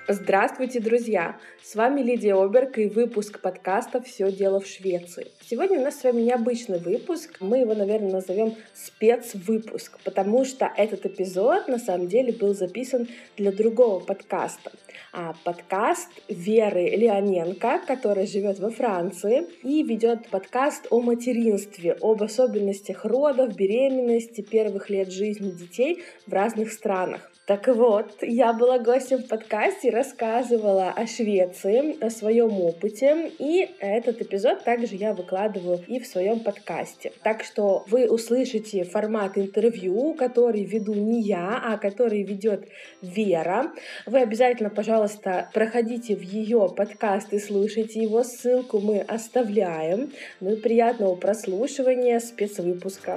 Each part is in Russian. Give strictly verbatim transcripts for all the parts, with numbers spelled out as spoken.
Здравствуйте, друзья! С вами Лидия Оберг и выпуск подкаста «Все дело в Швеции». Сегодня у нас с вами необычный выпуск. Мы его, наверное, назовем спецвыпуск, потому что этот эпизод на самом деле был записан для другого подкаста. А подкаст Веры Леоненко, которая живет во Франции и ведет подкаст о материнстве, об особенностях родов, беременности, первых лет жизни детей в разных странах. Так вот, я была гостем в подкасте, рассказывала о Швеции, о своем опыте, и этот эпизод также я выкладываю и в своем подкасте. Так что вы услышите формат интервью, который веду не я, а который ведет Вера. Вы обязательно, пожалуйста, проходите в ее подкаст и слушайте его, ссылку мы оставляем. Ну и приятного прослушивания спецвыпуска.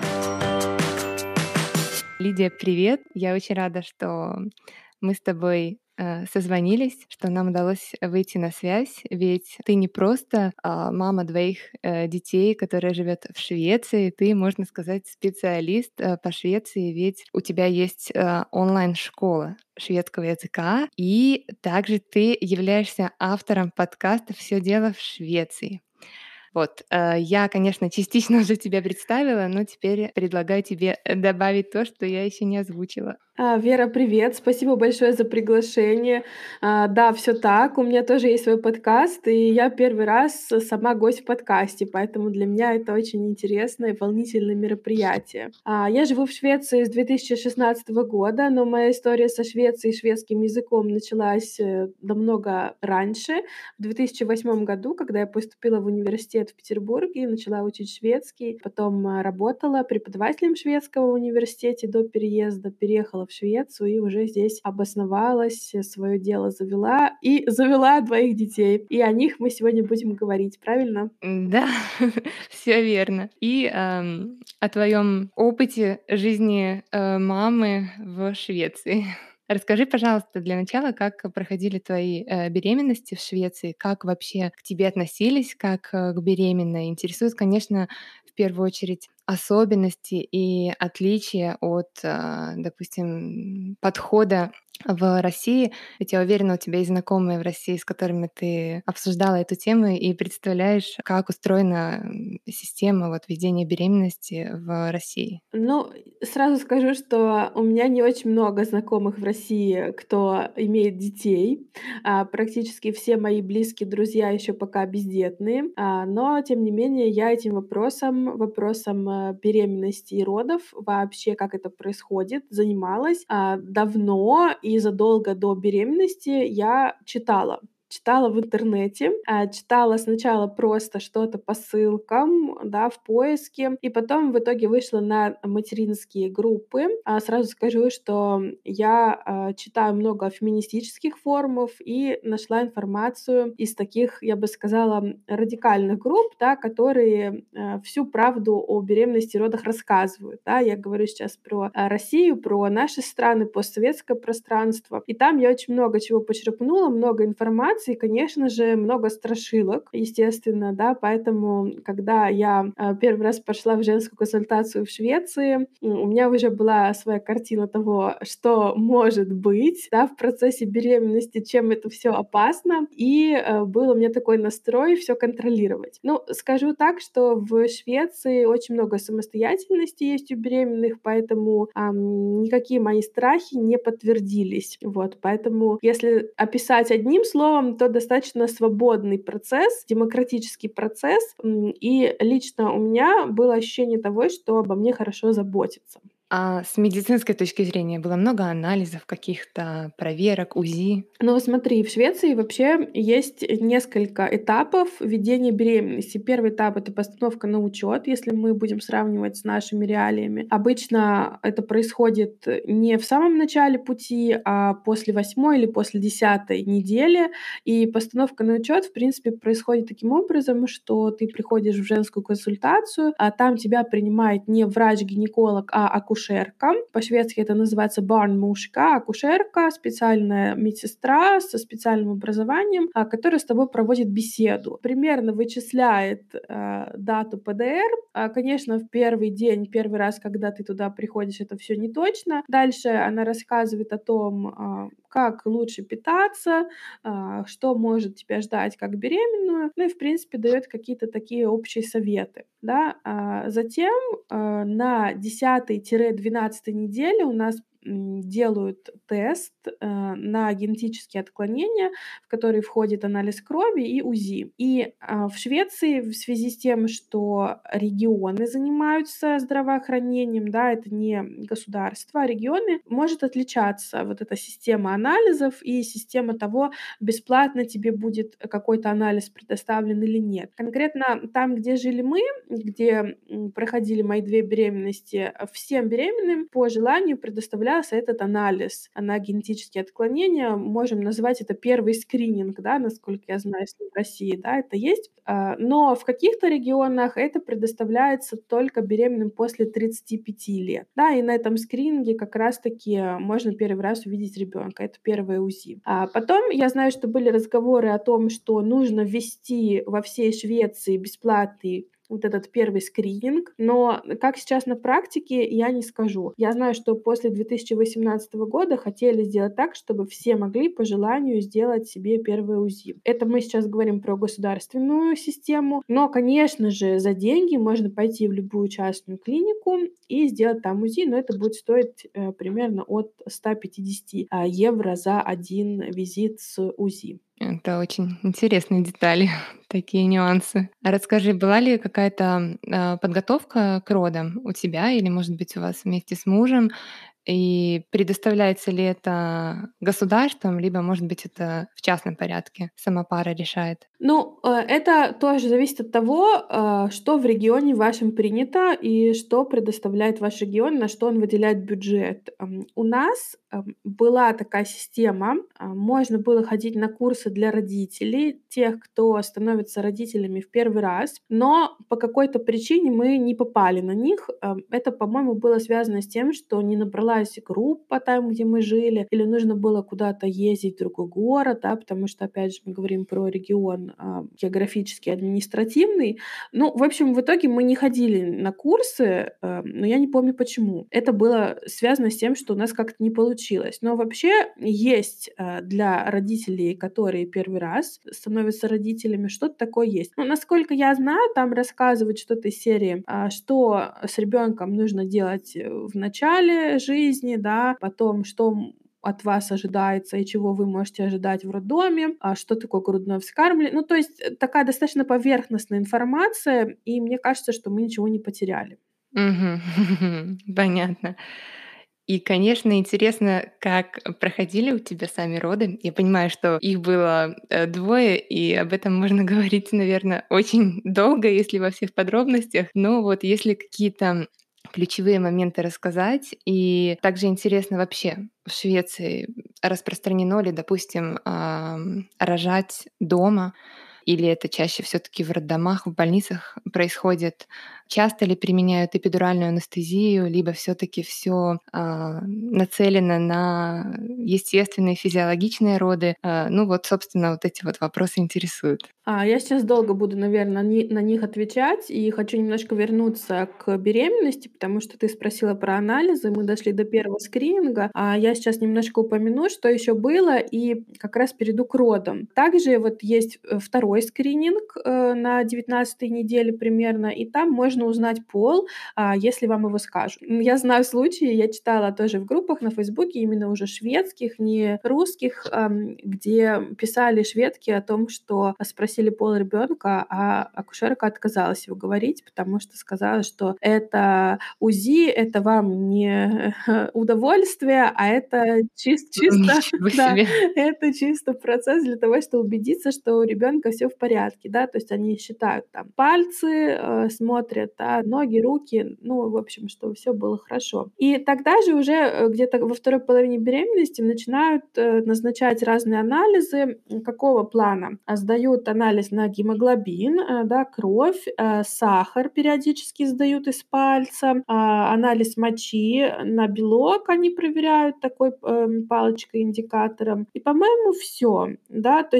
Лидия, привет! Я очень рада, что мы с тобой э, созвонились, что нам удалось выйти на связь, ведь ты не просто э, мама двоих э, детей, которая живет в Швеции, ты, можно сказать, специалист э, по Швеции, ведь у тебя есть э, онлайн-школа шведского языка, и также ты являешься автором подкаста «Все дело в Швеции». Вот, э, я, конечно, частично уже тебя представила, но теперь предлагаю тебе добавить то, что я еще не озвучила. А, Вера, привет! Спасибо большое за приглашение. А, да, все так. У меня тоже есть свой подкаст, и я первый раз сама гость в подкасте, поэтому для меня это очень интересное и волнительное мероприятие. А, я живу в Швеции с две тысячи шестнадцатого года, но моя история со Швецией и шведским языком началась э, намного раньше, в две тысячи восьмом году, когда я поступила в университет в Петербурге, начала учить шведский, потом а, работала преподавателем шведского в университете до переезда, переехала в Швецию и уже здесь обосновалась, свое дело завела и завела двоих детей. И о них мы сегодня будем говорить, правильно? Да, все верно. И ам, о твоем опыте жизни э, мамы в Швеции. Расскажи, пожалуйста, для начала, как проходили твои э, беременности в Швеции, как вообще к тебе относились, как э, к беременной. Интересует, конечно, в первую очередь особенности и отличия от, а, допустим, подхода в России. Ведь я уверена, у тебя есть знакомые в России, с которыми ты обсуждала эту тему и представляешь, как устроена м, система вот, ведения беременности в России. Ну, сразу скажу, что у меня не очень много знакомых в России, кто имеет детей. А, практически все мои близкие друзья еще пока бездетные. А, но, тем не менее, я этим вопросом, вопросом э, беременности и родов, вообще как это происходит, занималась а, давно и задолго до беременности я читала. Читала в интернете, а, читала сначала просто что-то по ссылкам, да, в поиске, и потом в итоге вышла на материнские группы. А, сразу скажу, что я а, читаю много феминистических форумов и нашла информацию из таких, я бы сказала, радикальных групп, да, которые а, всю правду о беременности и родах рассказывают. Да. Я говорю сейчас про а, Россию, про наши страны, постсоветское пространство. И там я очень много чего почерпнула, много информации, и, конечно же, много страшилок, естественно, да, поэтому, когда я а, первый раз пошла в женскую консультацию в Швеции, м, у меня уже была своя картина того, что может быть, да, в процессе беременности, чем это все опасно, и э, был у меня такой настрой все контролировать. Ну, скажу так, что в Швеции очень много самостоятельности есть у беременных, поэтому ам, никакие мои страхи не подтвердились, вот, поэтому если описать одним словом, то достаточно свободный процесс, демократический процесс, м, и лично у меня было ощущение того, что обо мне хорошо заботятся. А с медицинской точки зрения было много анализов, каких-то проверок, УЗИ. Ну, вот смотри, в Швеции вообще есть несколько этапов ведения беременности. Первый этап — это постановка на учет, если мы будем сравнивать с нашими реалиями. Обычно это происходит не в самом начале пути, а после восьмой или после десятой недели. И постановка на учет, в принципе, происходит таким образом, что ты приходишь в женскую консультацию, а там тебя принимает не врач-гинеколог, а акушерка. По-шведски это называется барнмушка, акушерка, специальная медсестра со специальным образованием, а, которая с тобой проводит беседу. Примерно вычисляет э, дату ПДР. А, конечно, в первый день, первый раз, когда ты туда приходишь, это все не точно. Дальше она рассказывает о том, а, как лучше питаться, а, что может тебя ждать как беременную, ну и, в принципе, даёт какие-то такие общие советы, да. А, затем, а, на десятой-двенадцатой неделе у нас, м, делают тест, э, на генетические отклонения, в который входит анализ крови и УЗИ. И, а, в Швеции в связи с тем, что регионы занимаются здравоохранением, да, это не государство, а регионы, может отличаться вот эта система анализов и система того, бесплатно тебе будет какой-то анализ предоставлен или нет. Конкретно там, где жили мы, где, м, проходили мои две беременности, всем беременным по желанию предоставлялся этот анализ на генетические отклонения. Можем назвать это первый скрининг, да, насколько я знаю, если в России, да, это есть. А, но в каких-то регионах это предоставляется только беременным после тридцати пяти лет, да, и на этом скрининге как раз-таки можно первый раз увидеть ребёнка. Это первое УЗИ. А потом я знаю, что были разговоры о том, что нужно ввести во всей Швеции бесплатный вот этот первый скрининг, но как сейчас на практике, я не скажу. Я знаю, что после две тысячи восемнадцатого года хотели сделать так, чтобы все могли по желанию сделать себе первое УЗИ. Это мы сейчас говорим про государственную систему, но, конечно же, за деньги можно пойти в любую частную клинику и сделать там УЗИ, но это будет стоить, э, примерно от ста пятидесяти а, евро за один визит с УЗИ. Это очень интересные детали, такие нюансы. А расскажи, была ли какая-то, а, подготовка к родам у тебя или, может быть, у вас вместе с мужем? И предоставляется ли это государством, либо, может быть, это в частном порядке сама пара решает? Ну, э, это тоже зависит от того, а, что в регионе вашем принято и что предоставляет ваш регион, на что он выделяет бюджет. Ам, у нас, ам, была такая система, а, можно было ходить на курсы для родителей, тех, кто становится родителями в первый раз, но по какой-то причине мы не попали на них. Ам, это, по-моему, было связано с тем, что не набралась группа там, где мы жили, или нужно было куда-то ездить в другой город, да, потому что, опять же, мы говорим про регион, а, географически административный. Ну, в общем, в итоге мы не ходили на курсы, э, но я не помню почему. Это было связано с тем, что у нас как-то не получилось. Но вообще есть, э, для родителей, которые первый раз становятся родителями, что-то такое есть. Ну, насколько я знаю, там рассказывают что-то из серии, а, что с ребёнком нужно делать, э, в начале жизни, да, потом, что, м, от вас ожидается и чего вы можете ожидать в роддоме, а, что такое грудное вскармливание. Ну, то есть, э, такая достаточно поверхностная информация, и мне кажется, что мы ничего не потеряли. Мгм. Понятно. И, конечно, интересно, как проходили у тебя сами роды. Я понимаю, что их было, э, двое, и об этом можно говорить, наверно, очень долго, если во всех подробностях. Но вот если какие-то ключевые моменты рассказать. И также интересно вообще, в Швеции распространено ли, допустим, ам, рожать дома, или это чаще всё-таки в роддомах, в больницах происходит? Часто ли применяют эпидуральную анестезию, либо всё-таки всё, а, нацелено на естественные физиологичные роды? А, ну вот, собственно, вот эти вот вопросы интересуют. А, я сейчас долго буду, наверно, ни на них отвечать и хочу немножко вернуться к беременности, потому что ты спросила про анализы, мы дошли до первого скрининга, а я сейчас немножко упомяну, что ещё было, и как раз перейду к родам. Также вот есть, э, второй скрининг, э, на девятнадцатой неделе примерно, и там можно узнать пол, а, если вам его скажут. М, я знаю случаи, я читала тоже в группах на "Фейсбуке", именно уже шведских, не русских, ам, где писали шведки о том, что спросили пол ребёнка, а акушерка отказалась его говорить, потому что сказала, что это УЗИ, это вам не удовольствие, а это чис чисто, Ничего да, себе! это чисто процесс для того, чтобы убедиться, что у ребёнка всё в порядке, да. То есть они считают там пальцы, э, смотрят, да, ноги, руки, ну, в общем, чтобы всё было хорошо. И тогда же уже, э, где-то во второй половине беременности начинают, э, назначать разные анализы. М, какого плана? А, сдают анализ на гемоглобин, э, да, кровь, э, сахар периодически сдают из пальца, а, анализ мочи на белок они проверяют такой, эм, палочкой-индикатором. И, по-моему, всё. Да, то есть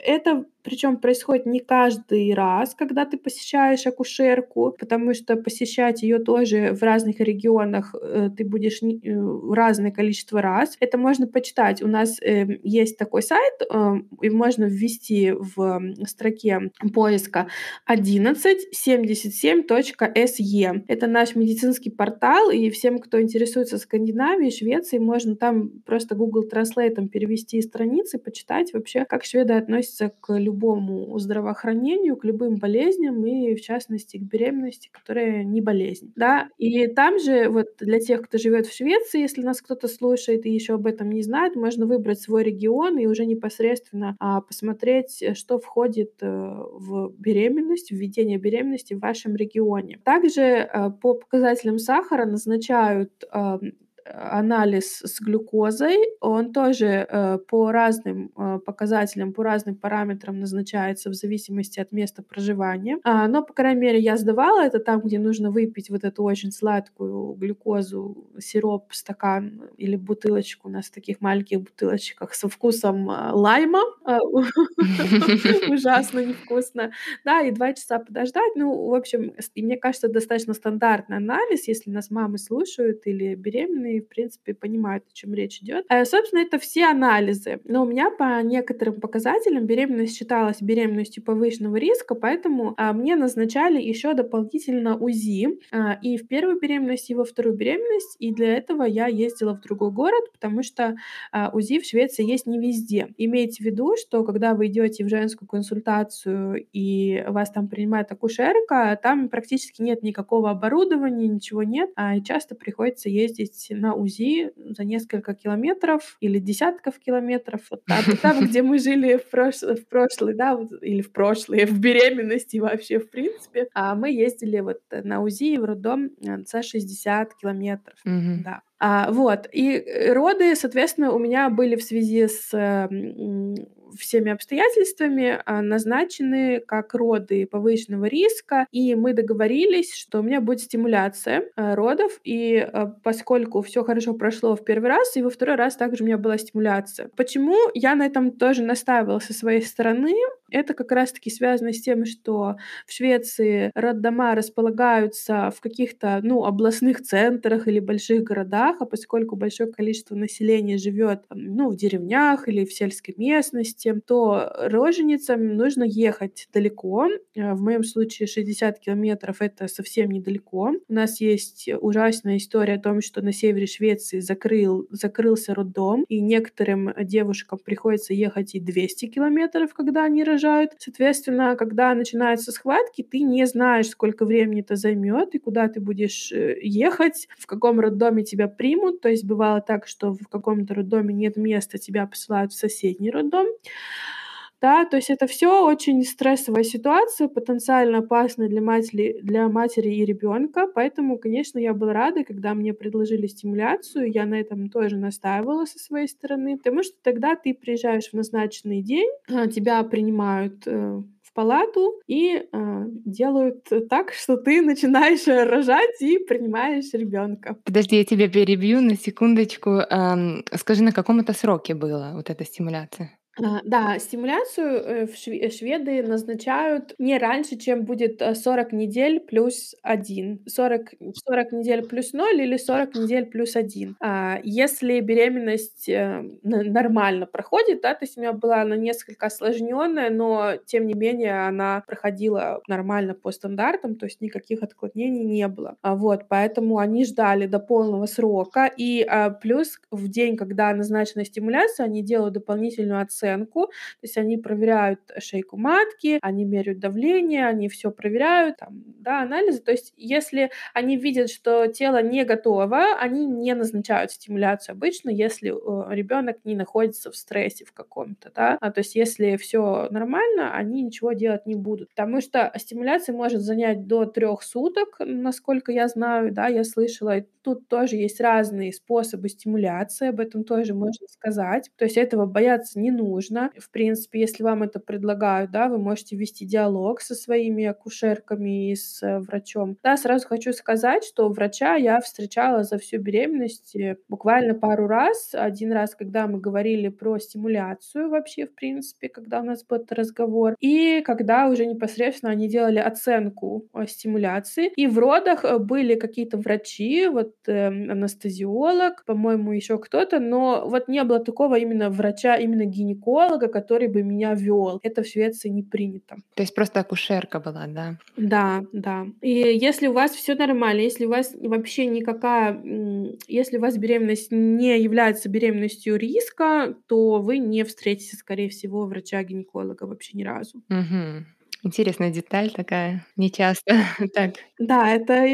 это причем происходит не каждый раз, когда ты посещаешь акушерку, потому что посещать ее тоже в разных регионах э, ты будешь не, э, разное количество раз. Это можно почитать. У нас э, есть такой сайт, э, и можно ввести в строке поиска одиннадцать семьдесят семь точка эс е. Это наш медицинский портал, и всем, кто интересуется Скандинавией, Швецией, можно там просто Google Translate перевести страницы, почитать вообще, как шведы относятся к любому здравоохранению, к любым болезням и, в частности, к беременности, которая не болезнь. Да, и там же вот для тех, кто живет в Швеции, если нас кто-то слушает и еще об этом не знает, можно выбрать свой регион и уже непосредственно а, посмотреть, э, что входит э, в беременность, в введение беременности в вашем регионе. Также э, по показателям сахара назначают ам, анализ с глюкозой. Он тоже э, по разным э, показателям, по разным параметрам назначается в зависимости от места проживания. А, но, по крайней мере, я сдавала это там, где нужно выпить вот эту очень сладкую глюкозу, сироп, стакан или бутылочку. У нас в таких маленьких бутылочках со вкусом а, лайма. А, Ужасно невкусно. Да, и два часа подождать. Ну, в общем, с и мне кажется, достаточно стандартный анализ, если нас мамы слушают или беременные, в принципе, понимают, о чем речь идет. Э, собственно, это все анализы. Но у меня по некоторым показателям беременность считалась беременностью повышенного риска, поэтому, а, мне назначали еще дополнительно УЗИ, а, и в первую беременность, и во вторую беременность. И для этого я ездила в другой город, потому что, а, УЗИ в Швеции есть не везде. Имейте в виду, что когда вы идете в женскую консультацию и вас там принимает акушерка, там практически нет никакого оборудования, ничего нет, а, и часто приходится ездить на УЗИ за несколько километров или десятков километров. Вот там, там, где мы жили в, прош... в прошлый, да, вот, или в прошлые, в беременности вообще, в принципе, а мы ездили вот на УЗИ в роддом э, за шестьдесят километров. Мгм. Да. А, вот. И э, роды, соответственно, у меня были в связи с э, м, всеми обстоятельствами а, назначены как роды повышенного риска, и мы договорились, что у меня будет стимуляция э, родов, и э, поскольку все хорошо прошло в первый раз, и во второй раз также у меня была стимуляция. Почему я на этом тоже настаивала со своей стороны? Это как раз-таки связано с тем, что в Швеции роддома располагаются в каких-то, ну, областных центрах или больших городах, а поскольку большое количество населения живет, м, ну, в деревнях или в сельской местности, то роженицам нужно ехать далеко. Э, В моем случае шестьдесят километров — это совсем недалеко. У нас есть ужасная история о том, что на севере Швеции закрыл, закрылся роддом, и некоторым девушкам приходится ехать и двести километров, когда они рожают. Соответственно, когда начинаются схватки, ты не знаешь, сколько времени это займет и куда ты будешь э, ехать, в каком роддоме тебя примут. То есть бывало так, что в каком-то роддоме нет места, тебя посылают в соседний роддом. Да, то есть это все очень стрессовая ситуация, потенциально опасная для матери для матери и ребенка. Поэтому, конечно, я была рада, когда мне предложили стимуляцию. Я на этом тоже настаивала со своей стороны, потому что тогда ты приезжаешь в назначенный день, а, тебя принимают, э, в палату и, а, делают так, что ты начинаешь, э, рожать и принимаешь ребенка. Подожди, я тебя перебью на секундочку. Ам, скажи, на каком это сроке было вот эта стимуляция? А, да, стимуляцию, э, в шве э, шведы назначают не раньше, чем будет, э, сорок недель плюс один. сорок сорок недель плюс ноль или сорок недель плюс один. А, если беременность, э, н нормально проходит, да, то есть у меня была она несколько осложнённая, но тем не менее она проходила нормально по стандартам, то есть никаких отклонений не было. А, вот, поэтому они ждали до полного срока. И, а, плюс в день, когда назначена стимуляция, они делают дополнительную оценку. То есть они проверяют шейку матки, они меряют давление, они все проверяют, там, да, анализы. То есть если они видят, что тело не готово, они не назначают стимуляцию обычно, если, э, ребёнок не находится в стрессе в каком-то, да. А, то есть если все нормально, они ничего делать не будут. Потому что стимуляция может занять до трех суток, насколько я знаю, да, я слышала. И тут тоже есть разные способы стимуляции, об этом тоже можно сказать. То есть этого бояться не нужно. нужно. В принципе, если вам это предлагают, да, вы можете вести диалог со своими акушерками и с э, врачом. Да, сразу хочу сказать, что врача я встречала за всю беременность э, буквально пару раз. Один раз, когда мы говорили про стимуляцию вообще, в принципе, когда у нас был этот разговор, и когда уже непосредственно они делали оценку э, стимуляции. И в родах э, были какие-то врачи, вот э, анестезиолог, по-моему, еще кто-то, но вот не было такого именно врача, именно гинеколога, который бы меня вел. Это в Швеции не принято. То есть просто акушерка была, да? Да, да. И если у вас все нормально, если у вас вообще никакая, м, если у вас беременность не является беременностью риска, то вы не встретите, скорее всего, врача-гинеколога вообще ни разу. Мгм. Интересная деталь такая, не часто так. Да, это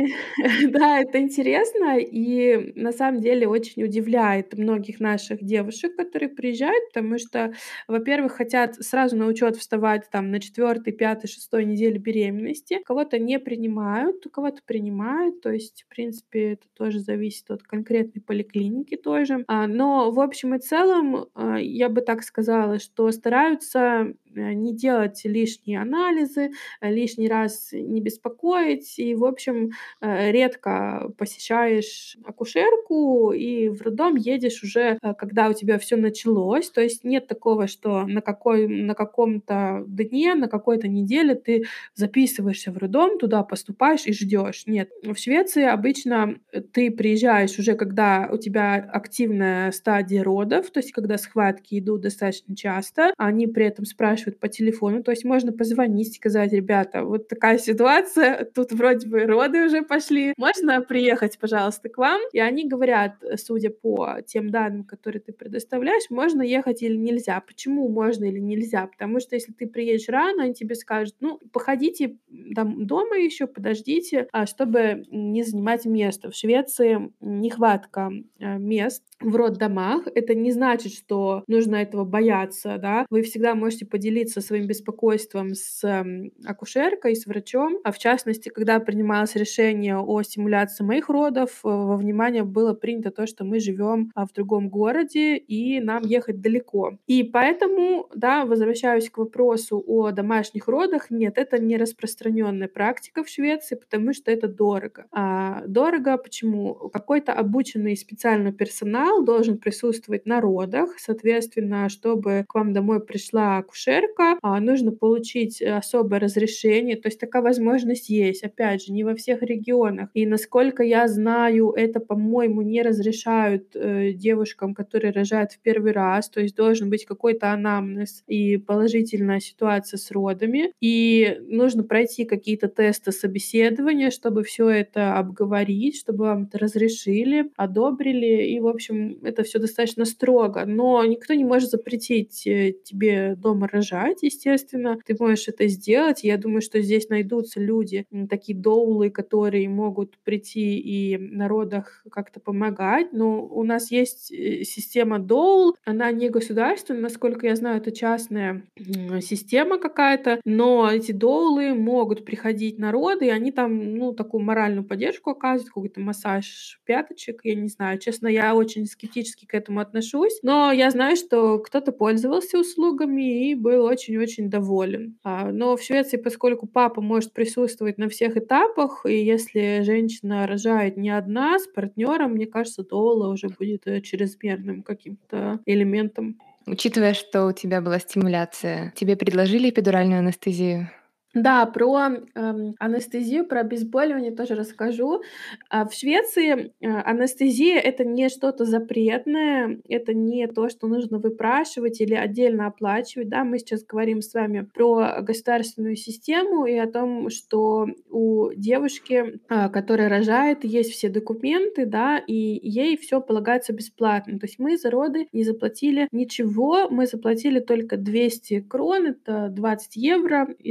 да, это интересно и на самом деле очень удивляет многих наших девушек, которые приезжают, потому что, во-первых, хотят сразу на учет вставать там на четвёртой, пятой, шестой неделе беременности. Кого-то не принимают, у кого-то принимают. То есть, в принципе, это тоже зависит от конкретной поликлиники тоже. А, но в общем и целом, а, я бы так сказала, что стараются, э, не делать лишние анализы, э, лишний раз не беспокоить. И, в общем, э, редко посещаешь акушерку и в роддом едешь уже, э, когда у тебя все началось. То есть нет такого, что на какой на каком-то дне, на какой-то неделе ты записываешься в роддом, туда поступаешь и ждешь. Нет. В Швеции обычно, э, ты приезжаешь уже, когда у тебя активная стадия родов, то есть когда схватки идут достаточно часто. Они при этом спрашивают по телефону, то есть можно позвонить, сказать: "Ребята, вот такая ситуация, тут вроде бы роды уже пошли, можно приехать, пожалуйста, к вам?" И они говорят, э, судя по тем данным, которые ты предоставляешь, можно ехать или нельзя. Почему можно или нельзя? Потому что если ты приедешь рано, они тебе скажут: "Ну, походите, м, там дома еще, подождите", а, чтобы не занимать место. В Швеции, м, нехватка, э, мест в роддомах. Это не значит, что нужно этого бояться, да. Вы всегда можете поделиться своим беспокойством с, м, акушеркой, с врачом. А в частности, когда принималось решение о стимуляции моих родов, э, во внимание было принято то, что мы живем, а, в другом городе и нам ехать далеко. И поэтому, да, возвращаюсь к вопросу о домашних родах. Нет, это не распространенная практика в Швеции, потому что это дорого. А, дорого почему? Какой-то обученный специально персонал должен присутствовать на родах. Соответственно, чтобы к вам домой пришла акушерка, а, нужно получить э, особое разрешение. То есть такая возможность есть. Опять же, не во всех регионах. И насколько я знаю, это, по-моему, не разрешают э, девушкам, которые рожают в первый раз. То есть должен быть какой-то анамнез и положительная ситуация с родами. И нужно пройти какие-то тесты собеседования, чтобы все это обговорить, чтобы вам это разрешили, одобрили. И, в общем, это все достаточно строго. Но никто не может запретить э, тебе дома рожать, естественно. Ты можешь это сделать. Я думаю, что здесь найдутся люди, м, такие доулы, которые могут прийти и на родах как-то помогать. Но у нас есть э, система доул. Она не государственная, насколько я знаю, это частная м, система какая-то. Но эти доулы могут приходить на роды, и они там, ну, такую моральную поддержку оказывают, какой-то массаж пяточек, я не знаю. Честно, я очень скептически к этому отношусь, но я знаю, что кто-то пользовался услугами и был очень-очень доволен. А, но в Швеции, поскольку папа может присутствовать на всех этапах, и если женщина рожает не одна, с партнером, мне кажется, доула уже будет э, чрезмерным каким-то элементом. Учитывая, что у тебя была стимуляция, тебе предложили эпидуральную анестезию? Да, про, эм, анестезию, про обезболивание тоже расскажу. А, в Швеции, э, анестезия — это не что-то запретное, это не то, что нужно выпрашивать или отдельно оплачивать. Да, мы сейчас говорим с вами про государственную систему и о том, что у девушки, а, которая рожает, есть все документы, да, и ей все полагается бесплатно. То есть мы за роды не заплатили ничего, мы заплатили только двести крон, это двадцать евро, если мы говорим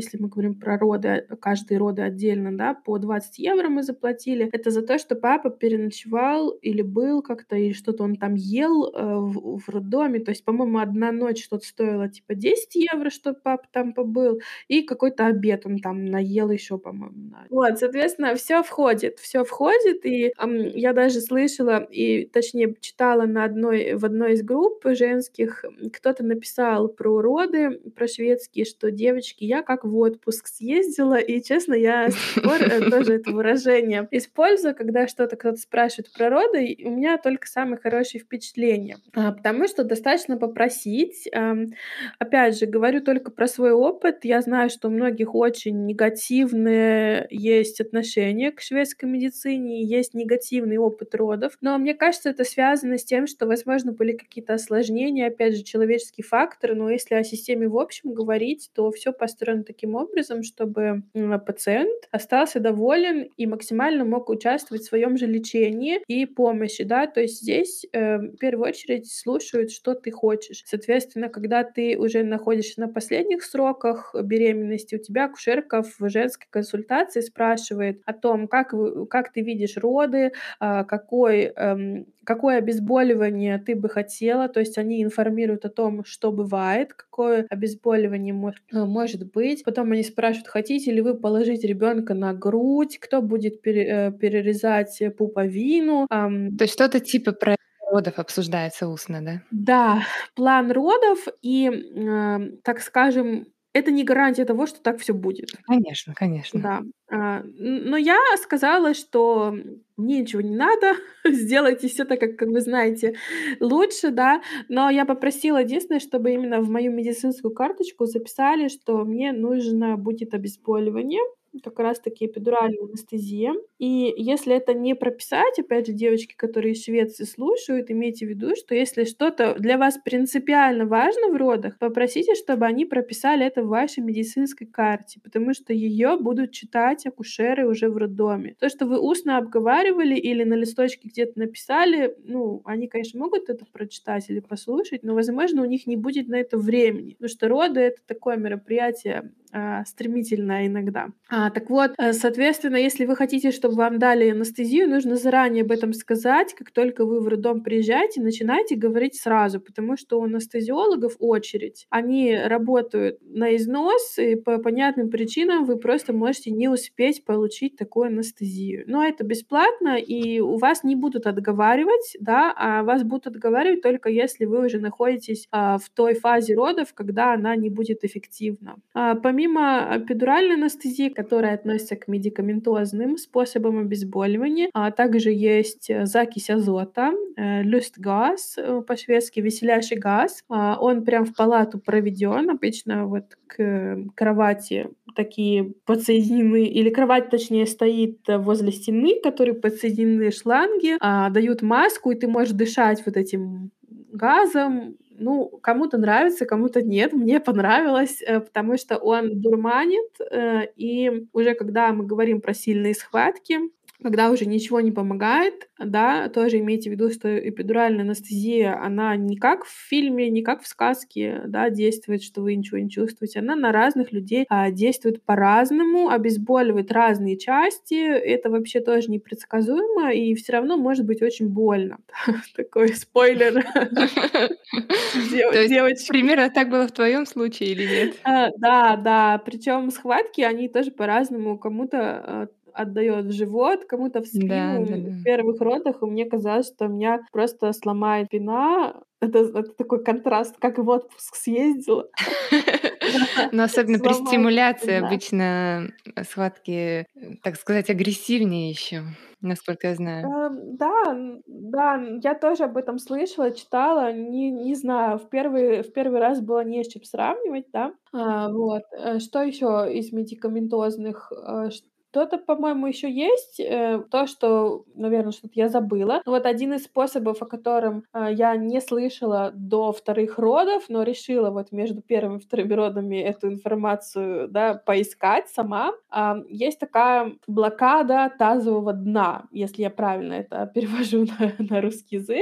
говорим про роды, э, каждые роды отдельно, да, по двадцать евро мы заплатили. Это за то, что папа переночевал или был как-то, или что-то он там ел, э, в в роддоме. То есть, по-моему, одна ночь что-то стоила типа десять евро, чтоб папа там побыл, и какой-то обед он там наел еще, по-моему, на Вот, соответственно, всё входит, всё входит. И, ам, я даже слышала, и точнее читала на одной в одной из групп женских, м, кто-то написал про роды, про шведские, что: "Девочки, я как в отпуск съездила". И, честно, я с тех пор, э, тоже это выражение использую, когда что-то кто-то спрашивает про роды, и у меня только самые хорошие впечатления. А, потому что достаточно попросить. Ам, опять же, говорю только про свой опыт. Я знаю, что у многих очень негативное есть отношение к шведской медицине, и есть негативный опыт родов. Но мне кажется, это связано с тем, что, возможно, были какие-то осложнения, опять же, человеческий фактор. Но если о системе в общем говорить, то всё построено таким образом, чтобы, м, пациент остался доволен и максимально мог участвовать в своем же лечении и помощи, да. То есть здесь, э, в первую очередь слушают, что ты хочешь. Соответственно, когда ты уже находишься на последних сроках беременности, у тебя акушерка в женской консультации спрашивает о том, как вы как ты видишь роды, а, какой, эм, какое обезболивание ты бы хотела. То есть они информируют о том, что бывает, какое обезболивание мож э, может быть. Потом они спрашивают: "Хотите ли вы положить ребенка на грудь? Кто будет пере э, перерезать пуповину?" Ам То есть что-то типа проекта родов обсуждается устно, да? Да, план родов и, м, так скажем, это не гарантия того, что так всё будет. Конечно, конечно. Да, а, н но я сказала, что мне ничего не надо, сделайте всё так, как как вы знаете лучше, да. Но я попросила единственное, чтобы именно в мою медицинскую карточку записали, что мне нужно будет обезболивание, как раз таки эпидуральная анестезия. И если это не прописать, опять же, девочки, которые из Швеции слушают, имейте в виду, что если что-то для вас принципиально важно в родах, попросите, чтобы они прописали это в вашей медицинской карте, потому что её будут читать акушеры уже в роддоме. То, что вы устно обговаривали или на листочке где-то написали, ну, они, конечно, могут это прочитать или послушать, но, возможно, у них не будет на это времени, потому что роды- это такое мероприятие, а, стремительное иногда. А, так вот, э, соответственно, если вы хотите, чтобы вам дали анестезию, нужно заранее об этом сказать. Как только вы в роддом приезжаете, начинайте говорить сразу, потому что у анестезиологов очередь. Они работают на износ, и по понятным причинам вы просто можете не успеть получить такую анестезию. Но это бесплатно, и у вас не будут отговаривать, да, а вас будут отговаривать только если вы уже находитесь, а, в той фазе родов, когда она не будет эффективна. А, помимо эпидуральной анестезии, которая относится к медикаментозным способам обезболивания, а также есть, э, закись азота, э, lustgas, э, по-шведски "веселящий газ". А, он прям в палату проведен. Обычно вот к кровати такие подсоединены или кровать, точнее, стоит возле стены, к которой подсоединены шланги, а, дают маску, и ты можешь дышать вот этим газом. Ну, кому-то нравится, кому-то нет. Мне понравилось, э, потому что он дурманит, э, и уже когда мы говорим про сильные схватки, когда уже ничего не помогает, да, тоже имейте в виду, что эпидуральная анестезия, она не как в фильме, не как в сказке, да, действует, что вы ничего не чувствуете. Она на разных людей, а, действует по-разному, обезболивает разные части. Это вообще тоже непредсказуемо, и всё равно может быть очень больно. Такой спойлер. Дева То есть девочки. примерно так было в твоем случае или нет? А, да, да, причём схватки, они тоже по-разному. Кому-то, а, отдаёт в живот, кому-то в Да, спину. В да-да. первых родах мне казалось, что меня просто сломает спина. Это это такой контраст, как в отпуск съездила. Да, Но особенно при сломается стимуляции спина. обычно, э, схватки, э, так сказать, агрессивнее ещё, насколько я знаю. Эм, да, н да, н я тоже об этом слышала, читала. Не не знаю, в первый в первый раз было не с чем сравнивать, да. А, вот, э, что ещё из медикаментозных? Э, что-то, по-моему, ещё есть, э, то, что, наверно, что-то я забыла. Вот один из способов, о котором, а, я не слышала до вторых родов, но решила вот между первыми и вторыми родами эту информацию, да, поискать сама. Ам, есть такая блокада тазового дна, если я правильно это перевожу на на русский язык.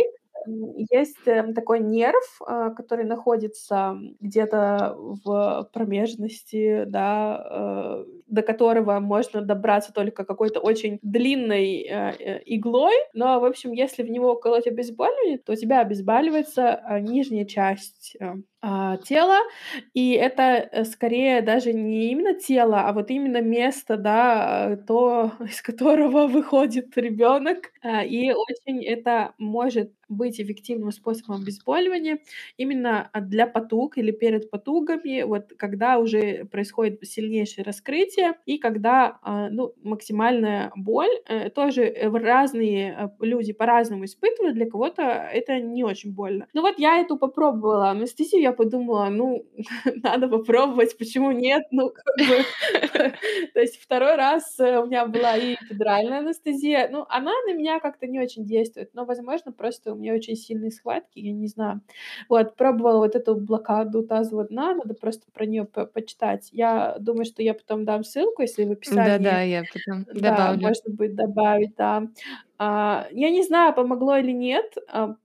м, есть, э, такой нерв, а, который находится где-то в промежности, да, э, до которого можно добраться только какой-то очень длинной, э, э, иглой. Но, в общем, если в него уколоть обезболивание, то у тебя обезболивается, а, нижняя часть, э, а, тела. И это, э, скорее даже не именно тело, а вот именно место, да, э, то, из которого выходит ребенок. А, и очень это может быть эффективным способом обезболивания именно, а, для потуг или перед потугами, вот когда уже происходит сильнейшее раскрытие и когда, а, ну, максимальная боль. Э, тоже, э, в разные, э, люди по-разному испытывают. Для кого-то это не очень больно. Ну вот я эту попробовала анестезию, я подумала: "Ну, надо попробовать, почему нет?" Ну, как бы, то есть второй раз, э, у меня была и эпидуральная анестезия. Ну, она на меня как-то не очень действует, но, возможно, просто у меня очень сильные схватки, я не знаю. Вот, пробовала вот эту блокаду тазового дна, надо просто про неё по почитать. Я думаю, что я потом дам ссылку, если в описании. Да-да, я потом Да, добавлю. можно будет добавить, да. А, я не знаю, помогло или нет, а,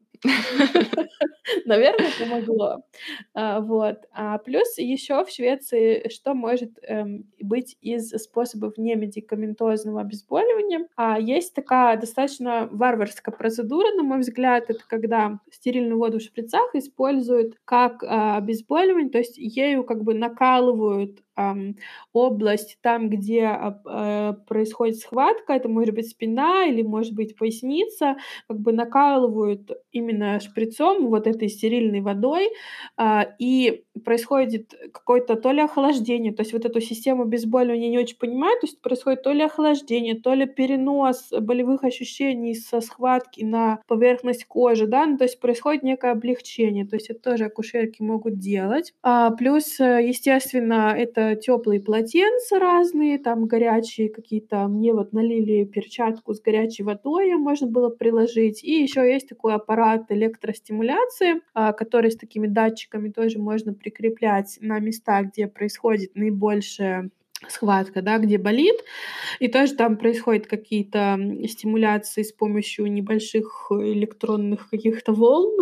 наверно, помогло. А, вот. А, плюс еще в Швеции что может, эм, быть из способов немедикаментозного обезболивания? А, есть такая достаточно варварская процедура, на мой взгляд. Это когда стерильную воду в шприцах используют как, а, обезболивание, то есть ею как бы накалывают, ам, область там, где, ап э, происходит схватка. Это может быть спина или, может быть, поясница. Как бы накалывают именно шприцом вот этой стерильной водой, а, и происходит какое-то то ли охлаждение, то есть вот эту систему обезболивания я не очень понимаю, то есть происходит то ли охлаждение, то ли перенос болевых ощущений со схватки на поверхность кожи, да. Ну, то есть происходит некое облегчение, то есть это тоже акушерки могут делать. А, плюс, э, естественно, это тёплые полотенца разные, там горячие какие-то. Мне вот налили перчатку с горячей водой, её можно было приложить. И ещё есть такой аппарат электростимуляции, а, который с такими датчиками тоже можно прикреплять на места, где происходит наибольшая схватка, да, где болит. И тоже там происходят какие-то, м, стимуляции с помощью небольших электронных каких-то волн.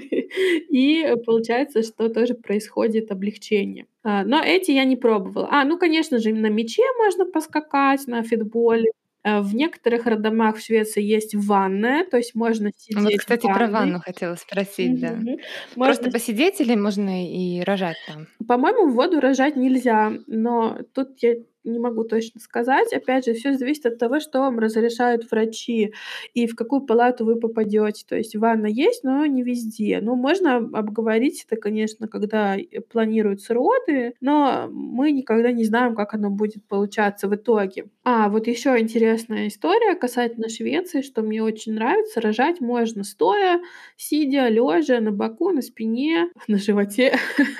И получается, что тоже происходит облегчение. А, но эти я не пробовала. А, ну, конечно же, на мяче можно поскакать, на фитболе. Э, в некоторых роддомах в Швеции есть ванная, то есть можно Вот, сидеть в кстати, про ванной. ванну хотела спросить, да. Мгм. Просто Можно с посидеть или можно и рожать там? По-моему, в воду рожать нельзя, но тут я не могу точно сказать. Опять же, всё зависит от того, что вам разрешают врачи и в какую палату вы попадёте. То есть ванна есть, но не везде. Ну, можно обговорить это, конечно, когда, э, планируются роды, но мы никогда не знаем, как оно будет получаться в итоге. А, вот ещё интересная история касательно Швеции, что мне очень нравится. Рожать можно стоя, сидя, лёжа, на боку, на спине, на животе,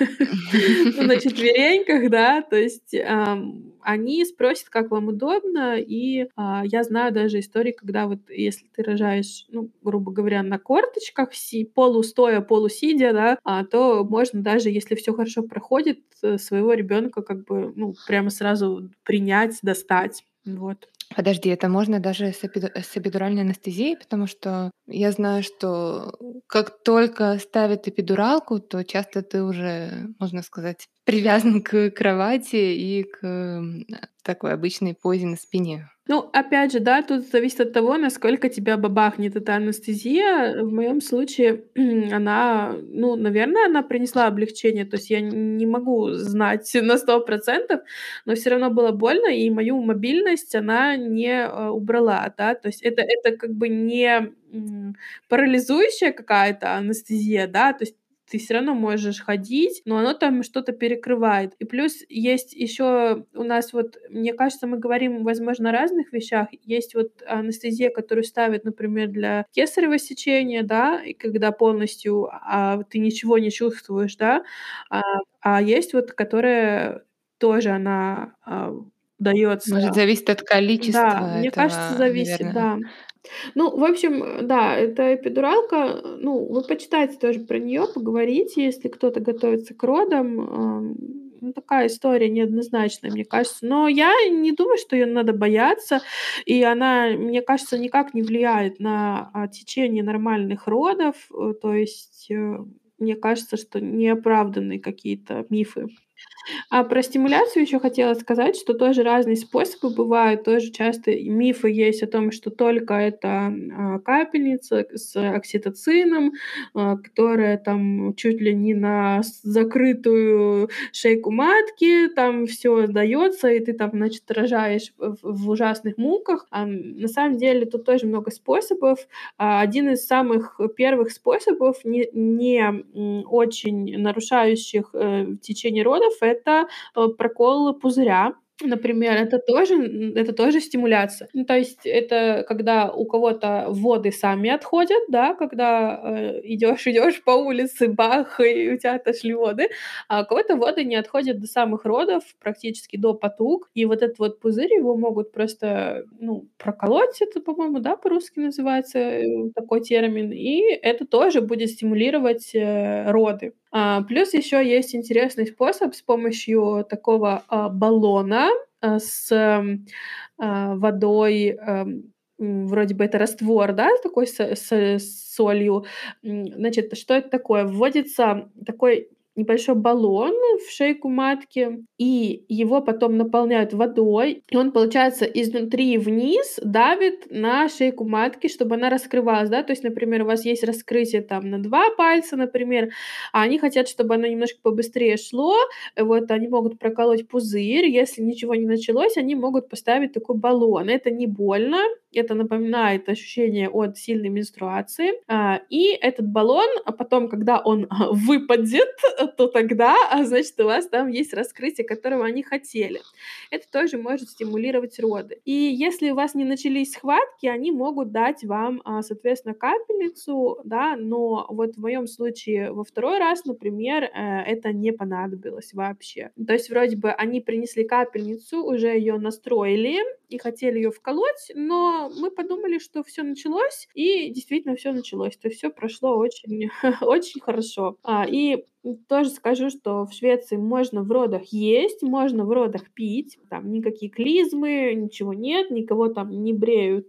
ну, на четвереньках, да. То есть, ам, они спросят, как вам удобно. И, а, я знаю даже истории, когда вот если ты рожаешь, ну, грубо говоря, на корточках, си полустоя, полусидя, да, а, то можно даже, если всё хорошо проходит, э, своего ребёнка как бы, ну, прямо сразу принять, достать. Вот. Подожди, это можно даже с эпиду с эпидуральной анестезией? Потому что я знаю, что как только ставят эпидуралку, то часто ты уже, можно сказать, привязан к кровати и к, м, такой обычной позе на спине. Ну, опять же, да, тут зависит от того, насколько тебя бабахнет эта анестезия. В моём случае она, ну, наверно, она принесла облегчение. То есть я н не могу знать на сто процентов, но всё равно было больно, и мою мобильность она не, э, убрала, да. То есть это это как бы не, м, парализующая какая-то анестезия, да, то есть ты всё равно можешь ходить, но оно там что-то перекрывает. И плюс есть ещё у нас вот, мне кажется, мы говорим, возможно, о разных вещах. Есть вот анестезия, которую ставят, например, для кесарево сечения, да, и когда полностью, а, ты ничего не чувствуешь, да. А, а есть вот, которая тоже она, а, даётся. Может, зависит от Да, количества мне кажется, этого, зависит, наверно. да. Ну, в общем, э, да, эта эпидуралка, э, ну, вы почитайте тоже про неё, поговорите, если кто-то готовится к родам. Ам ну, такая история неоднозначная, мне кажется. Но я не думаю, что её надо бояться, и она, мне кажется, никак не влияет на, а, течение нормальных родов. Э, то есть, э, мне кажется, что не оправданы какие-то мифы. А про стимуляцию ещё хотела сказать, что тоже разные способы бывают. Тоже часто и мифы есть о том, что только это, а, капельница с окситоцином, а, которая там чуть ли не на с закрытую шейку матки, там всё даётся, и ты там, значит, рожаешь в в ужасных муках. Ам, на самом деле тут тоже много способов. А, один из самых первых способов, не не, м, очень нарушающих, э, течение родов- это, э, прокол пузыря. Например, это тоже н это тоже стимуляция. Ну, то есть это когда у кого-то воды сами отходят, да, когда, э, идёшь идёшь по улице, бах, и у тя отошли воды, а у кого-то воды не отходят до самых родов, практически до потуг. И вот этот вот пузырь, его могут просто, ну, проколоть, это, по-моему, да, по-русски называется, э, такой термин, и это тоже будет стимулировать, э, роды. А, плюс ещё есть интересный способ с помощью такого, а, баллона, а, с, м, а, водой, ам, м, вроде бы это раствор, да, такой с с солью. М, значит, что это такое? Вводится такой небольшой баллон в шейку матки, и его потом наполняют водой, и он, получается, изнутри вниз давит на шейку матки, чтобы она раскрывалась, да. То есть, например, у вас есть раскрытие там на два пальца, например, а они хотят, чтобы оно немножко побыстрее шло. Вот они могут проколоть пузырь. Если ничего не началось, они могут поставить такой баллон. Это не больно, это напоминает ощущение от сильной менструации. А, и этот баллон, а потом, когда он выпадет, то тогда, а, значит, у вас там есть раскрытие, которого они хотели. Это тоже может стимулировать роды. И если у вас не начались схватки, они могут дать вам, а, соответственно, капельницу, да, но вот в моём случае во второй раз, например, э, это не понадобилось вообще. То есть вроде бы они принесли капельницу, уже её настроили и хотели её вколоть, но мы подумали, что всё началось, и действительно всё началось. То есть всё прошло очень очень хорошо. А, и, м, тоже скажу, что в Швеции можно в родах есть, можно в родах пить. Там никакие клизмы, ничего нет, никого там не бреют,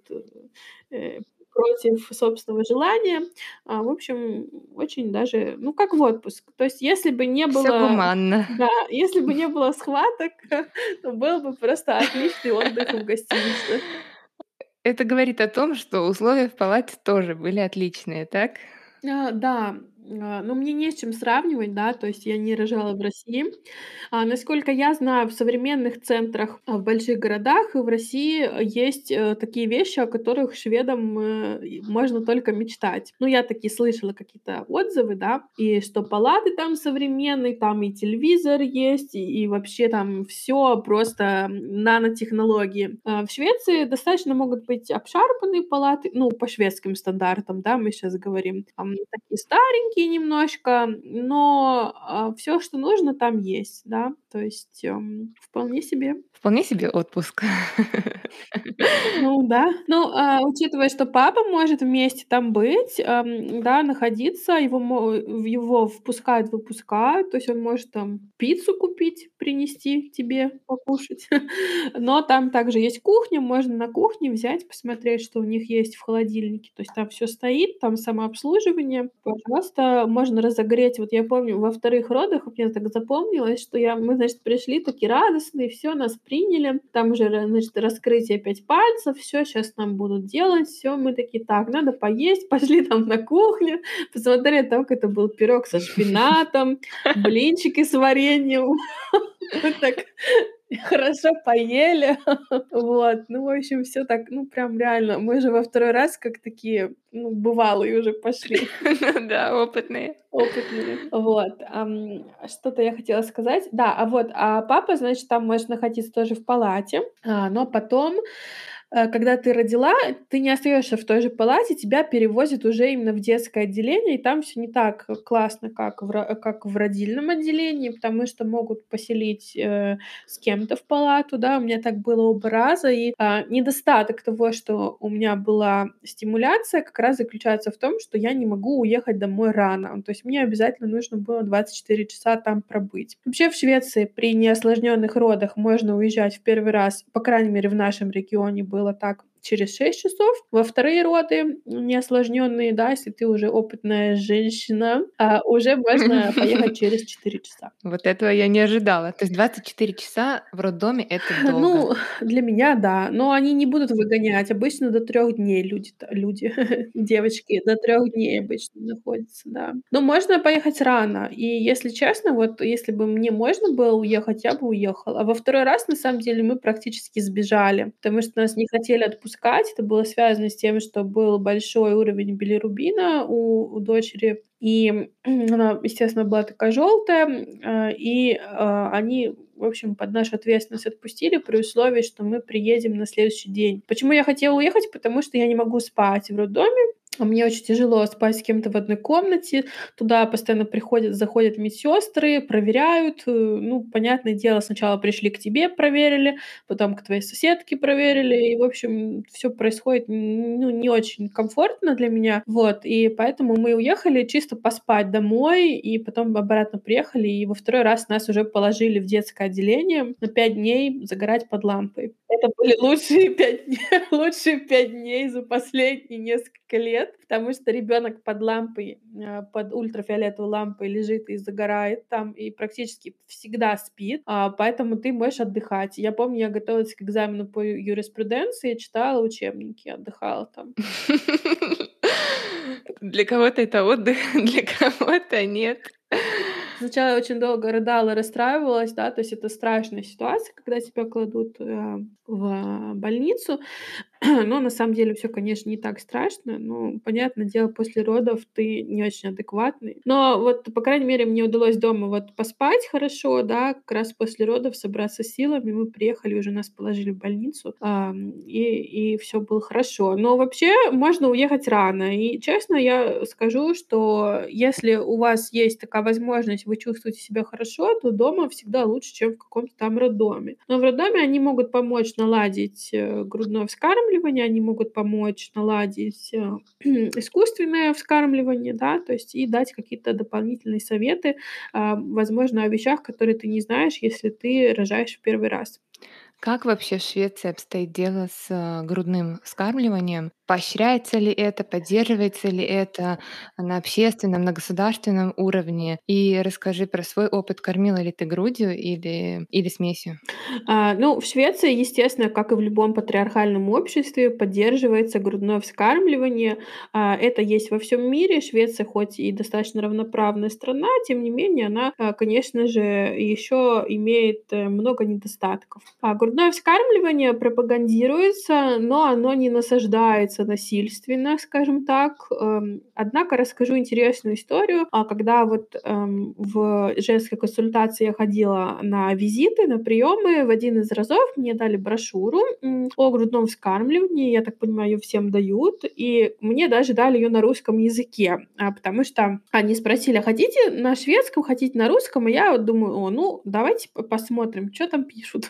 э, против собственного желания. А, в общем, очень даже, ну, как в отпуск. То есть если бы не Всё было гуманно. да, если бы не было схваток, то был бы просто отличный отдых в гостинице. Это говорит о том, что условия в палате тоже были отличные, так? А, да, а, но мне не с чем сравнивать, да, то есть я не рожала в России. А, насколько я знаю, в современных центрах, а, в больших городах в России есть, э, такие вещи, о которых шведам, э, и можно только мечтать. Ну, я такие слышала какие-то отзывы, да, и что палаты там современные, там и телевизор есть, и и вообще там всё просто, м, нанотехнологии. А, в Швеции достаточно могут быть обшарпанные палаты, ну, по шведским стандартам, да, мы щас говорим. Там такие старенькие немножко, но, а, всё, что нужно, там есть, да. То есть, эм, вполне себе. Вполне себе отпуск. Ну да. Ну, а, учитывая, что папа может вместе там быть, ам, да, находиться, его мо в его впускают, выпускают, то есть он может там пиццу купить, принести тебе покушать. Но там также есть кухня, можно на кухне взять, посмотреть, что у них есть в холодильнике. То есть там всё стоит, там самообслуживание. Пожалуйста, можно разогреть. Вот я помню, во вторых родах у меня так запомнилось, что я мы, значит, пришли такие радостные, всё, нас приняли. Там уже, ра значит, раскрытие пять пальцев, всё, щас нам будут делать, всё. Мы такие: "Так, надо поесть". Пошли там на кухню, посмотрели, там какой-то был пирог со шпинатом, блинчики с вареньем. Мы так хорошо поели. Вот. Ну, в общем, всё так, ну, прям реально. Мы же во второй раз как такие, ну, бывалые уже пошли. Ну да, опытные. Опытные. Вот. Ам, что-то я хотела сказать. Да, а вот, а папа, значит, там может находиться тоже в палате, а, но потом, э, когда ты родила, ты не остаешься в той же палате, тебя перевозят уже именно в детское отделение, и там все не так классно, как в, ро- как в родильном отделении, потому что могут поселить э, с кем-то в палату, да, у меня так было оба раза, и а, недостаток того, что у меня была стимуляция, как раз заключается в том, что я не могу уехать домой рано, то есть мне обязательно нужно было двадцать четыре часа там пробыть. Вообще в Швеции при неосложненных родах можно уезжать в первый раз, по крайней мере в нашем регионе было так, через шесть часов. Во вторые роды неосложненные, да, если ты уже опытная женщина, а, уже можно поехать через четыре часа. Вот этого я не ожидала. То есть двадцать четыре часа в роддоме — это долго. Ну, для меня да, но они не будут выгонять. Обычно до трех дней люди-то люди, девочки до трех дней обычно находятся, да. Но можно поехать рано. И если честно, вот если бы мне можно было уехать, я бы уехала. А во второй раз, на самом деле, мы практически сбежали, потому что нас не хотели отпускать. Это было связано с тем, что был большой уровень билирубина у у дочери, и она, естественно, была такая желтая, а, и, а, они, в общем, под нашу ответственность отпустили при условии, что мы приедем на следующий день. Почему я хотела уехать? Потому что я не могу спать в роддоме. А мне очень тяжело спать с кем-то в одной комнате. Туда постоянно приходят, заходят медсестры, проверяют. Э, Ну, понятное дело, сначала пришли к тебе, проверили, потом к твоей соседке проверили. И, в общем, все происходит н- ну, не очень комфортно для меня. Вот, и поэтому мы уехали чисто поспать домой, и потом обратно приехали, и во второй раз нас уже положили в детское отделение на пять дней загорать под лампой. Это были лучшие пять дней, лучшие пять дней за последние несколько лет, потому что ребенок под лампой, э, под ультрафиолетовой лампой лежит и загорает там, и практически всегда спит, а, поэтому ты можешь отдыхать. Я помню, я готовилась к экзамену по ю юриспруденции, читала учебники, отдыхала там. Для кого-то это отдых, для кого-то нет. Сначала я очень долго рыдала, расстраивалась, да, то есть это страшная ситуация, когда тебя кладут, э, в больницу. Но на самом деле все, конечно, не так страшно. Ну, понятное дело, после родов ты не очень адекватный. Но вот, по крайней мере, мне удалось дома вот поспать хорошо, да, как раз после родов собраться силами. Мы приехали, уже нас положили в больницу, ам, и и всё было хорошо. Но вообще можно уехать рано. И честно я скажу, что если у вас есть такая возможность, вы чувствуете себя хорошо, то дома всегда лучше, чем в каком-то там роддоме. Но в роддоме они могут помочь наладить, э, грудное вскармливание, они могут помочь наладить, э, искусственное вскармливание, да, то есть и дать какие-то дополнительные советы, а, возможно, о вещах, которые ты не знаешь, если ты рожаешь в первый раз. Как вообще в Швеции обстоит дело с э, грудным вскармливанием? Поощряется ли это, поддерживается ли это на общественном, на государственном уровне? И расскажи про свой опыт. Кормила ли ты грудью или, или смесью? А, ну, в Швеции, естественно, как и в любом патриархальном обществе, поддерживается грудное вскармливание. А, это есть во всем мире. Швеция хоть и достаточно равноправная страна, тем не менее она, а, конечно же, еще имеет э, много недостатков. А, грудное вскармливание пропагандируется, но оно не насаждается насильственно, скажем так. Эм, Однако расскажу интересную историю. А, Когда вот эм, в женской консультации я ходила на визиты, на приемы, в один из разов мне дали брошюру м, о грудном вскармливании. Я так понимаю, ее всем дают. И мне даже дали ее на русском языке, а, потому что они спросили: а хотите на шведском, хотите на русском? И я вот думаю: о, ну, давайте п- посмотрим, что там пишут.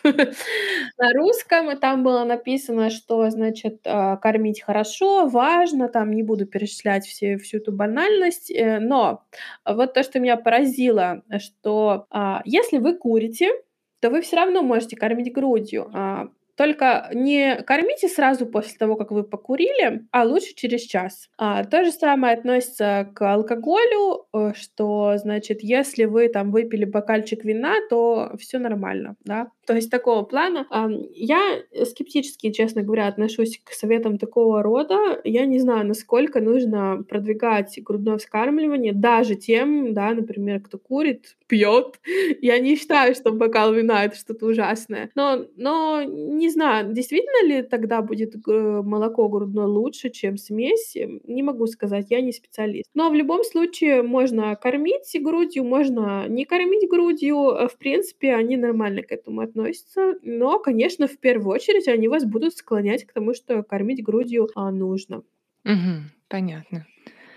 На русском, и там было написано, что, значит, а, кормить хорошо, важно, там не буду перечислять все всю эту банальность, э, но вот то, что меня поразило, что, а, если вы курите, то вы все равно можете кормить грудью. А, только не кормите сразу после того, как вы покурили, а лучше через час. А, то же самое относится к алкоголю, э, что, значит, если вы там выпили бокальчик вина, то все нормально, да. То есть такого плана. Ам, я скептически, честно говоря, отношусь к советам такого рода. Я не знаю, насколько нужно продвигать грудное вскармливание даже тем, да, например, кто курит, пьет. Я не считаю, что бокал вина — это что-то ужасное. Но но не знаю, действительно ли тогда будет г молоко грудное лучше, чем смесь, м, не могу сказать, я не специалист. Но в любом случае можно кормить грудью, можно не кормить грудью. Э, в принципе, они нормально к этому относятся. Но, конечно, в первую очередь они вас будут склонять к тому, что кормить грудью, а, нужно. Мгм. Понятно.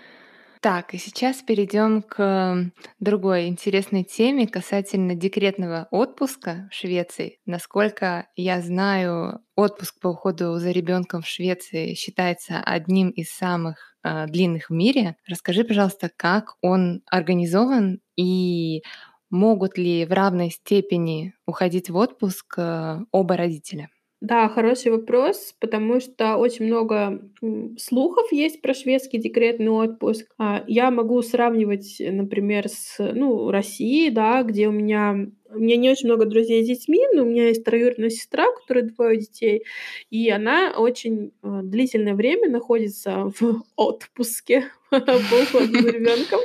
Так, и сейчас перейдем к другой интересной теме касательно декретного отпуска в Швеции. Насколько я знаю, отпуск по уходу за ребенком в Швеции считается одним из самых а, длинных в мире. Расскажи, пожалуйста, как он организован и могут ли в равной степени уходить в отпуск э, оба родителя? Да, хороший вопрос, потому что очень много, м, слухов есть про шведский декретный отпуск. А, я могу сравнивать, э, например, с, ну, Россией, да, где у меня у меня не очень много друзей с детьми, но у меня есть троюродная сестра, у которой двое детей, и она очень, э, длительное время находится в отпуске по уходу за ребенком.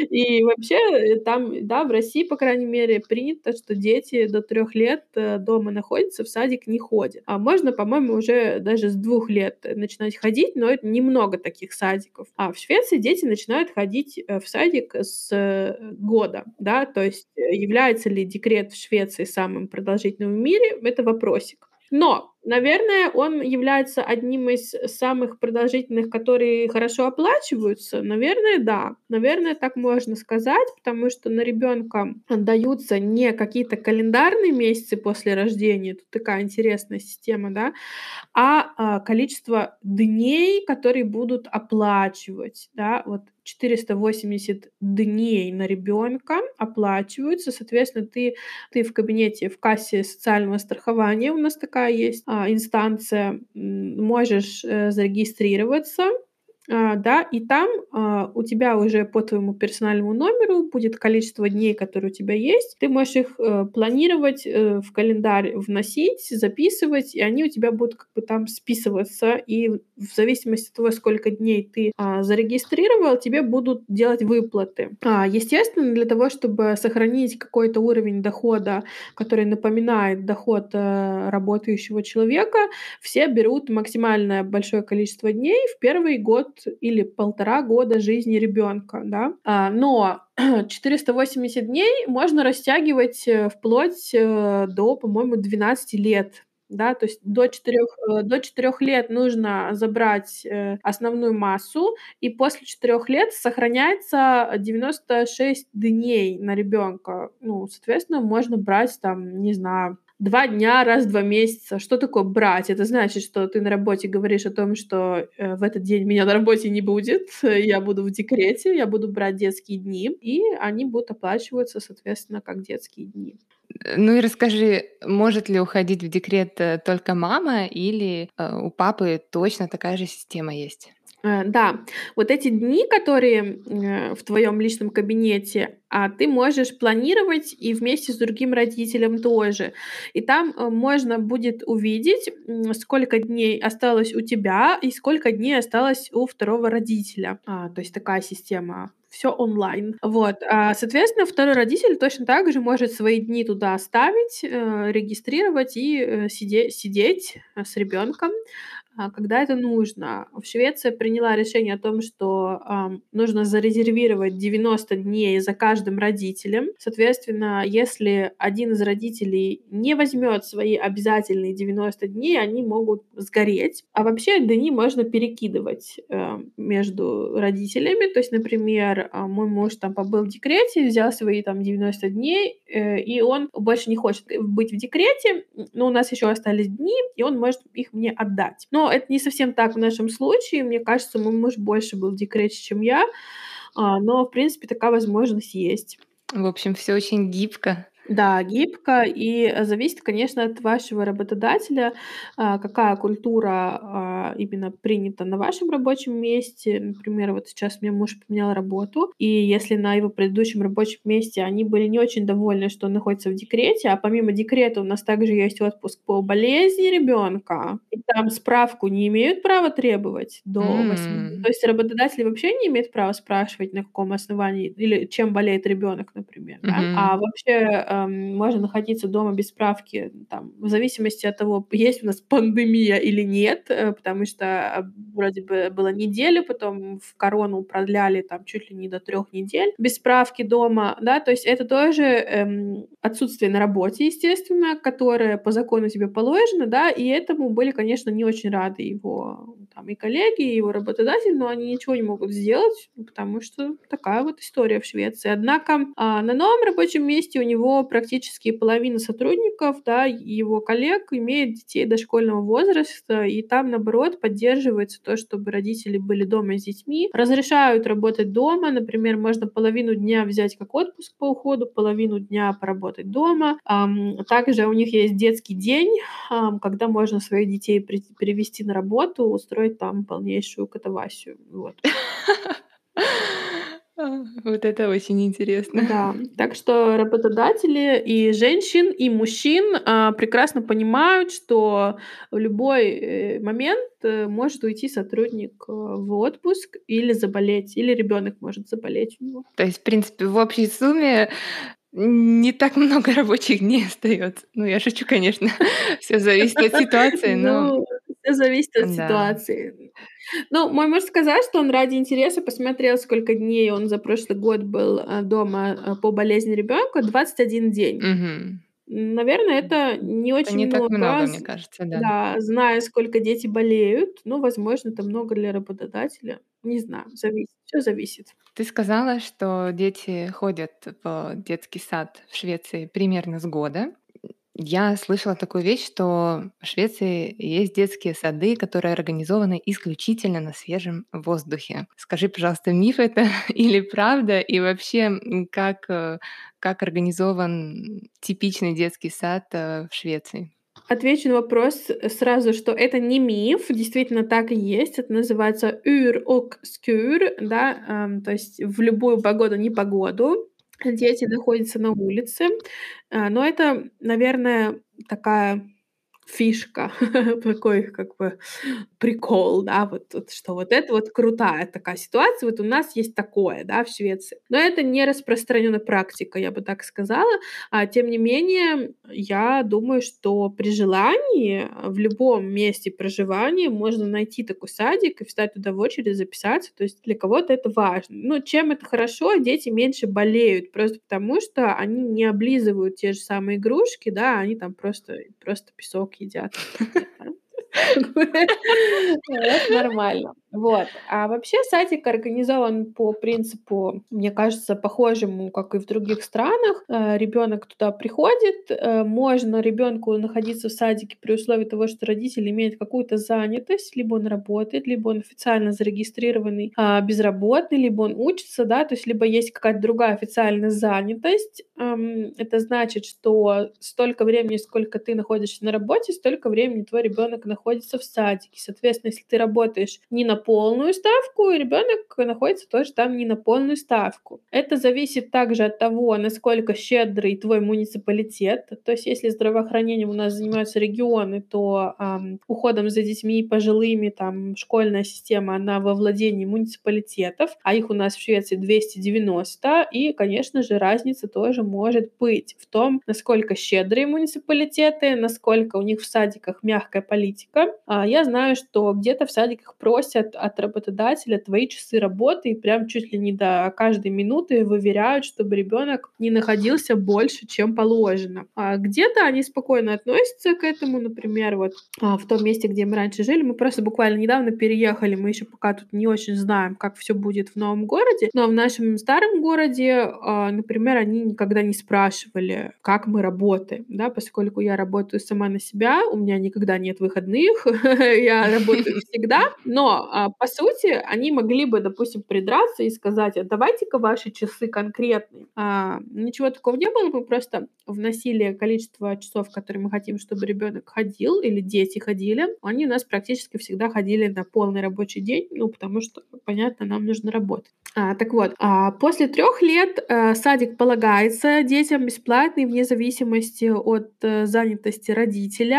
И вообще, э, там, да, в России, по крайней мере, принято, что дети до трех лет, э, дома находятся, в садик не ходят. А можно, по-моему, уже даже с двух лет, э, начинать ходить, но это немного таких садиков. А в Швеции дети начинают ходить, э, в садик с, э, года, да. То есть, э, является ли декрет в Швеции самым продолжительным в мире — это вопросик. Но, наверное, он является одним из самых продолжительных, которые хорошо оплачиваются. Наверное, да. Наверное, так можно сказать, потому что на ребенка даются не какие-то календарные месяцы после рождения, тут такая интересная система, да, а, а, количество дней, которые будут оплачивать, да. Вот четыреста восемьдесят дней на ребенка оплачиваются. Соответственно, ты ты в кабинете, в кассе социального страхования, у нас такая есть, а, инстанция, м, можешь, э, зарегистрироваться, а, да, и там, а, у тебя уже по твоему персональному номеру будет количество дней, которые у тебя есть. Ты можешь их, э, планировать, э, в календарь вносить, записывать, и они у тебя будут как бы там списываться. И в в зависимости от того, сколько дней ты, а, зарегистрировал, тебе будут делать выплаты. А, естественно, для того, чтобы сохранить какой-то уровень дохода, который напоминает доход, э, работающего человека, все берут максимальное большое количество дней в первый год или полтора года жизни ребенка, да. А, но четыреста восемьдесят дней можно растягивать, э, вплоть, э, до, по-моему, двенадцати лет. Да, то есть до четырёх, э, до четырёх лет нужно забрать, э, основную массу, и после четырёх лет сохраняется девяносто шесть дней на ребенка. Ну, соответственно, можно брать там, не знаю, два дня раз в два месяца. Что такое брать? Это значит, что ты на работе говоришь о том, что, э, в этот день меня на работе не будет, я буду в декрете, я буду брать детские дни, и они будут оплачиваться, соответственно, как детские дни. Э, Ну и расскажи, может ли уходить в декрет э, только мама или э, у папы точно такая же система есть? Э, да, вот эти дни, которые, м, в твоем личном кабинете, а, ты можешь планировать и вместе с другим родителем тоже. И там, э, можно будет увидеть, м, сколько дней осталось у тебя и сколько дней осталось у второго родителя. А, то есть такая система. Все онлайн. Вот, а, соответственно, второй родитель точно так же может свои дни туда ставить, э, регистрировать и, э, сиде сидеть, э, с ребенком, а, когда это нужно. В Швеции приняла решение о том, что, ам, нужно зарезервировать девяносто дней за каждым родителем. Соответственно, если один из родителей не возьмет свои обязательные девяносто дней, они могут сгореть. А вообще дни можно перекидывать, э, между родителями. То есть, например, а, мой муж там побыл в декрете, взял свои там девяносто дней, э, и он больше не хочет, э, быть в декрете, м, но у нас еще остались дни, и он может их мне отдать. Но это не совсем так в нашем случае. Мне кажется, мой муж больше был в декрете, чем я, а, но, в принципе, такая возможность есть. В общем, все очень гибко. Да, гибко и, э, зависит, конечно, от вашего работодателя, а, какая культура, а, именно принята на вашем рабочем месте. Например, вот сейчас у меня муж поменял работу, и если на его предыдущем рабочем месте они были не очень довольны, что он находится в декрете, а помимо декрета у нас также есть отпуск по болезни ребенка, и там справку не имеют права требовать до восьми дней. То М. есть работодатели вообще не имеют права спрашивать, на каком основании или чем болеет ребенок, например. например, да. А Мгм. вообще, эм, можно находиться дома без справки, там, в зависимости от того, есть у нас пандемия или нет, э, потому что, а, вроде бы было неделю, потом в корону продляли там чуть ли не до трех недель без справки дома, да. То есть это тоже, эм, отсутствие на работе, естественно, которое по закону тебе положено, да, и этому были, конечно, не очень рады его там и коллеги, и его работодатель, но они ничего не могут сделать, ну, потому что такая вот история в Швеции. Однако, а, на новом рабочем месте у него практически половина сотрудников, да, и его коллег имеет детей дошкольного возраста, и там, наоборот, поддерживается то, чтобы родители были дома с детьми. Разрешают работать дома, например, можно половину дня взять как отпуск по уходу, половину дня поработать дома. Ам, также у них есть детский день, ам, когда можно своих детей при перевести на работу, устроить там полнейшую катавасию. Вот. А, вот это очень интересно. Да, так что работодатели и женщин, и мужчин, а, прекрасно понимают, что в любой, э, момент, э, может уйти сотрудник, э, в отпуск или заболеть, или ребенок может заболеть у него. То есть, в принципе, в общей сумме не так много рабочих дней остается. Ну, я шучу, конечно. Все зависит от ситуации, но Ну, всё зависит от да. ситуации. Ну, мой муж сказал, что он ради интереса посмотрел, сколько дней он за прошлый год был, э, дома, э, по болезни ребенка. двадцать один день. Мгм. Наверное, это не Это очень не так много, много, мне з кажется, да. да, зная, сколько дети болеют. Ну, возможно, это много для работодателя. Не знаю, зависит, всё зависит. Ты сказала, что дети ходят в детский сад в Швеции примерно с года. Я слышала такую вещь, что в Швеции есть детские сады, которые организованы исключительно на свежем воздухе. Скажи, пожалуйста, миф это или правда? И вообще, м, как, э, как организован типичный детский сад, э, в Швеции? Отвечу на вопрос, э, сразу, что это не миф, действительно так и есть. Это называется "Ur och skur", да, ам, то есть в любую погоду, непогоду дети находятся на улице. А, но это, наверное, такая фишка, такой как бы прикол, да, вот вот, что вот это вот крутая такая ситуация. Вот у нас есть такое, да, в Швеции. Но это не распространенная практика, я бы так сказала. А, тем не менее, я думаю, что при желании, э, в любом месте проживания можно найти такой садик и встать туда в очередь, записаться. То есть для кого-то это важно. Ну, чем это хорошо? Дети меньше болеют, просто потому что они не облизывают те же самые игрушки, да, они там просто просто песок едят, например, да. Как бы это нормально. Вот. А вообще садик организован по принципу, мне кажется, похожему, как и в других странах. Э, ребёнок туда приходит, э, можно ребёнку находиться в садике при условии того, что родитель имеет какую-то занятость, либо он работает, либо он официально зарегистрированный, а, безработный, либо он учится, да, то есть либо есть какая-то другая официальная занятость. Ам, это значит, что столько времени, сколько ты находишься на работе, столько времени твой ребёнок находится в садике. Соответственно, если ты работаешь не на полную ставку, ребёнок находится тоже там не на полную ставку. Это зависит также от того, насколько щедрый твой муниципалитет. То есть если здравоохранением у нас занимаются регионы, то, ам, уходом за детьми пожилыми, там, школьная система, она во владении муниципалитетов, а их у нас в Швеции двести девяносто. И, конечно же, разница тоже может быть в том, насколько щедрые муниципалитеты, насколько у них в садиках мягкая политика. А, я знаю, что где-то в садиках просят от работодателя твои часы работы и прям чуть ли не до каждой минуты выверяют, чтобы ребёнок не находился больше, чем положено. А где-то они спокойно относятся к этому. Например, вот, а, в том месте, где мы раньше жили, мы просто буквально недавно переехали, мы ещё пока тут не очень знаем, как всё будет в новом городе. Но в нашем старом городе, а, например, они никогда не спрашивали, как мы работаем, да. Поскольку я работаю сама на себя, у меня никогда нет выходных, я работаю всегда. Но, а, по сути, они могли бы, допустим, придраться и сказать: "А давайте-ка ваши часы конкретные". А, ничего такого не было, мы просто вносили количество часов, которые мы хотим, чтобы ребёнок ходил или дети ходили. Они у нас практически всегда ходили на полный рабочий день, ну, потому что, понятно, нам нужно работать. А, так вот, а, после трёх лет, э, садик полагается детям бесплатный вне зависимости от, э, занятости родителя.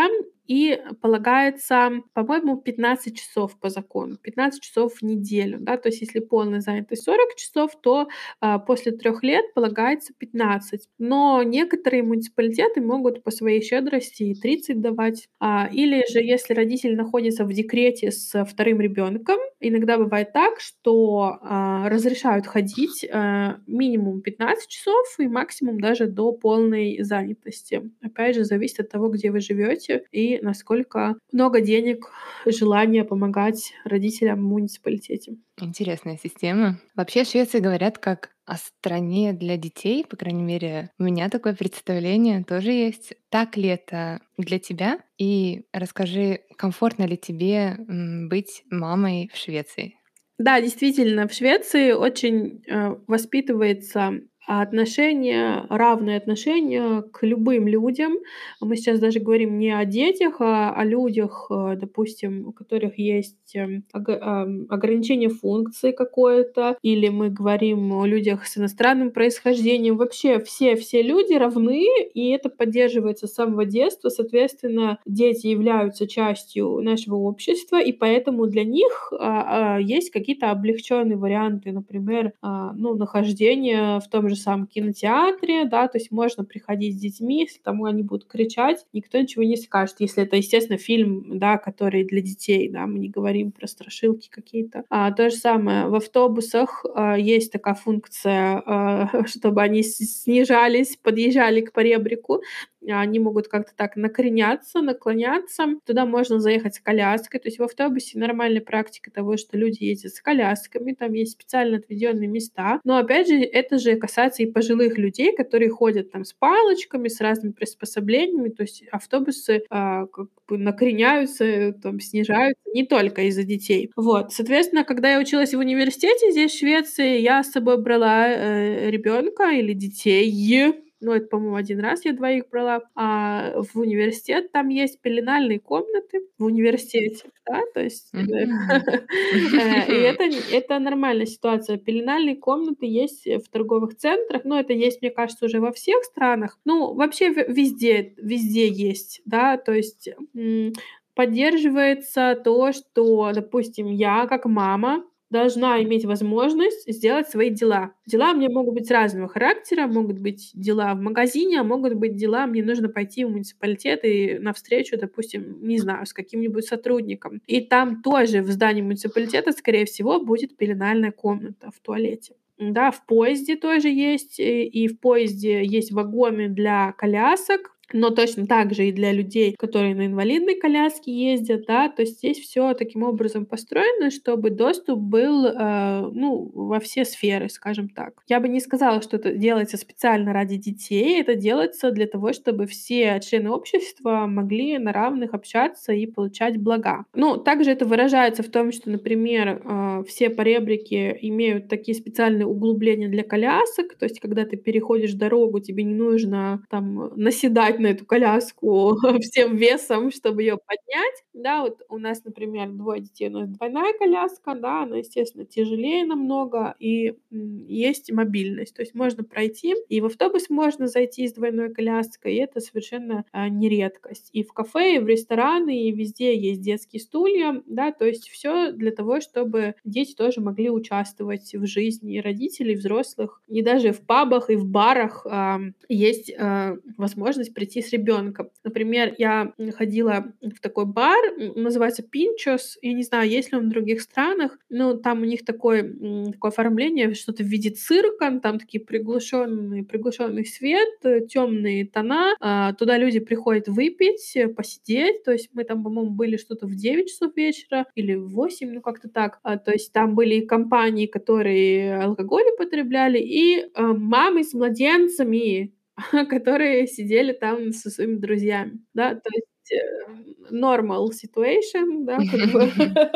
и полагается, по-моему, пятнадцать часов по закону, пятнадцать часов в неделю, да. То есть если полная занятость сорок часов, то, а, после трех лет полагается пятнадцать. Но некоторые муниципалитеты могут по своей щедрости и тридцать давать. А, или же если родитель находится в декрете с вторым ребенком, иногда бывает так, что, а, разрешают ходить, а, минимум пятнадцать часов и максимум даже до полной занятости. Опять же, зависит от того, где вы живете и насколько много денег, желания помогать родителям в муниципалитете. Интересная система. Вообще в Швеции говорят как о стране для детей, по крайней мере, у меня такое представление тоже есть. Так ли это для тебя? И расскажи, комфортно ли тебе, м, быть мамой в Швеции? Да, действительно, в Швеции очень, э, воспитывается отношение, равное отношение к любым людям. Мы сейчас даже говорим не о детях, а о людях, э, допустим, у которых есть, эм, ог ам, ограничение функции какое-то, или мы говорим о людях с иностранным происхождением. Вообще все все люди равны, и это поддерживается с самого детства. Соответственно, дети являются частью нашего общества, и поэтому для них, а, а, есть какие-то облегченные варианты, например, а, ну, нахождение в том же самом кинотеатре, да. То есть можно приходить с детьми, если там они будут кричать, никто ничего не скажет, если это, естественно, фильм, да, который для детей, да, мы не говорим про страшилки какие-то. А, то же самое в автобусах, а, есть такая функция, а, чтобы они с снижались, подъезжали к поребрику. Они могут как-то так накреняться, наклоняться. Туда можно заехать с коляской. То есть в автобусе нормальная практика того, что люди ездят с колясками, там есть специально отведенные места. Но опять же, это же касается и пожилых людей, которые ходят там с палочками, с разными приспособлениями. То есть автобусы, а, как бы накреняются, э, там снижаются не только из-за детей. Вот, соответственно, когда я училась в университете здесь, в Швеции, я с собой брала, э, ребенка или детей. Ну, это, по-моему, один раз я двоих брала. А в университет там есть пеленальные комнаты в университете, да, то есть, э, М. э, и это н это нормальная ситуация. Пеленальные комнаты есть, э, в торговых центрах, но это есть, мне кажется, уже во всех странах. Ну, вообще в везде везде есть, да, то есть, м, поддерживается то, что, допустим, я как мама должна иметь возможность сделать свои дела. Дела у меня могут быть разного характера, могут быть дела в магазине, а могут быть дела, мне нужно пойти в муниципалитет и на встречу, допустим, не знаю, с каким-нибудь сотрудником. И там тоже в здании муниципалитета, скорее всего, будет пеленальная комната в туалете. Да, в поезде тоже есть, э, и в поезде есть вагоны для колясок, но точно так же и для людей, которые на инвалидной коляске ездят, да. То есть здесь всё таким образом построено, чтобы доступ был, э, ну, во все сферы, скажем так. Я бы не сказала, что это делается специально ради детей. Это делается для того, чтобы все члены общества могли на равных общаться и получать блага. Ну, также это выражается в том, что, например, э, все поребрики имеют такие специальные углубления для колясок. То есть когда ты переходишь дорогу, тебе не нужно там наседать на эту коляску всем весом, чтобы её поднять. Да, вот у нас, например, двое детей, у нас двойная коляска, да, она, естественно, тяжелее намного, и, м, есть мобильность. То есть можно пройти, и в автобус можно зайти с двойной коляской, и это совершенно, а, не редкость. И в кафе, и в рестораны, и везде есть детские стулья, да. То есть всё для того, чтобы дети тоже могли участвовать в жизни и родителей, и взрослых. И даже в пабах, и в барах, ам, есть, э, возможность прийти с ребенком. Например, я, м, ходила в такой бар, м, называется Pinchos. Я не знаю, есть ли он в других странах, но там у них такой, м, такое оформление, что-то в виде цирка. Там такие приглушенный приглушенный свет, темные тона. А, туда люди приходят выпить, э, посидеть. То есть мы там, по-моему, были что-то в девять часов вечера или в восемь, ну, как-то так. А, то есть там были и компании, которые алкоголь употребляли, и, э, мамы с младенцами, которые сидели там со своими друзьями, да. То есть, э, normal situation, да, как бы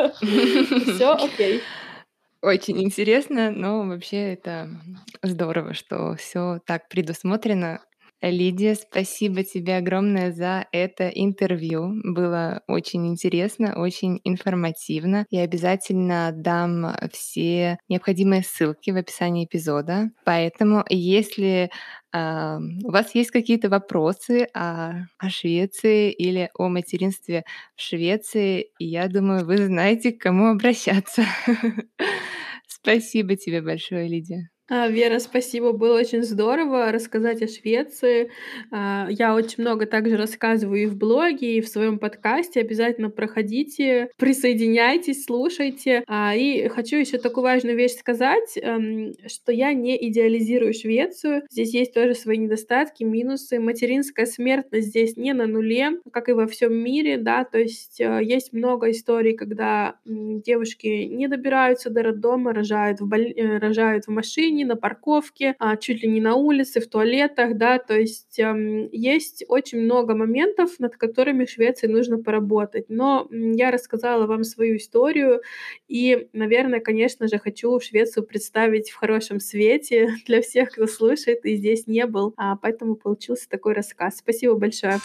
всё окей. Очень интересно, но вообще это здорово, что всё так предусмотрено. Лидия, спасибо тебе огромное за это интервью. Было очень интересно, очень информативно. Я обязательно дам, э, все необходимые ссылки в описании эпизода. Поэтому, если А, у вас есть какие-то вопросы о о Швеции или о материнстве в Швеции, и я думаю, вы знаете, к кому обращаться. Спасибо тебе большое, Лидия. А, Вера, спасибо, было очень здорово рассказать о Швеции. А, Я очень много также рассказываю и в блоге, и в своем подкасте. Обязательно проходите, присоединяйтесь, слушайте. А, И хочу еще такую важную вещь сказать, эм, что я не идеализирую Швецию. Здесь есть тоже свои недостатки, минусы. Материнская смертность здесь не на нуле, как и во всем мире, да, то есть э, есть много историй, когда м, девушки не добираются до роддома, рожают в, боль... э, рожают в машине, на парковке, а, чуть ли не на улице, в туалетах, да, то есть эм, есть очень много моментов, над которыми в Швеции нужно поработать. Но м, я рассказала вам свою историю, и, наверное, конечно же, хочу Швецию представить в хорошем свете для всех, кто слушает и здесь не был, а, поэтому получился такой рассказ. Спасибо большое.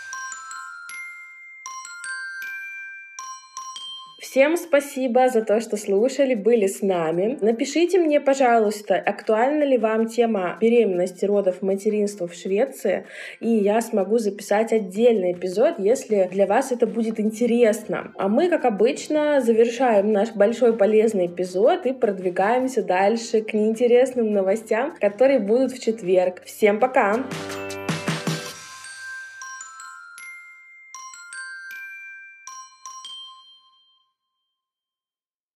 Всем спасибо за то, что слушали, были с нами. Напишите мне, пожалуйста, актуальна ли вам тема беременности, родов, материнства в Швеции, и я смогу записать отдельный эпизод, если для вас это будет интересно. А мы, как обычно, завершаем наш большой полезный эпизод и продвигаемся дальше к неинтересным новостям, которые будут в четверг. Всем пока!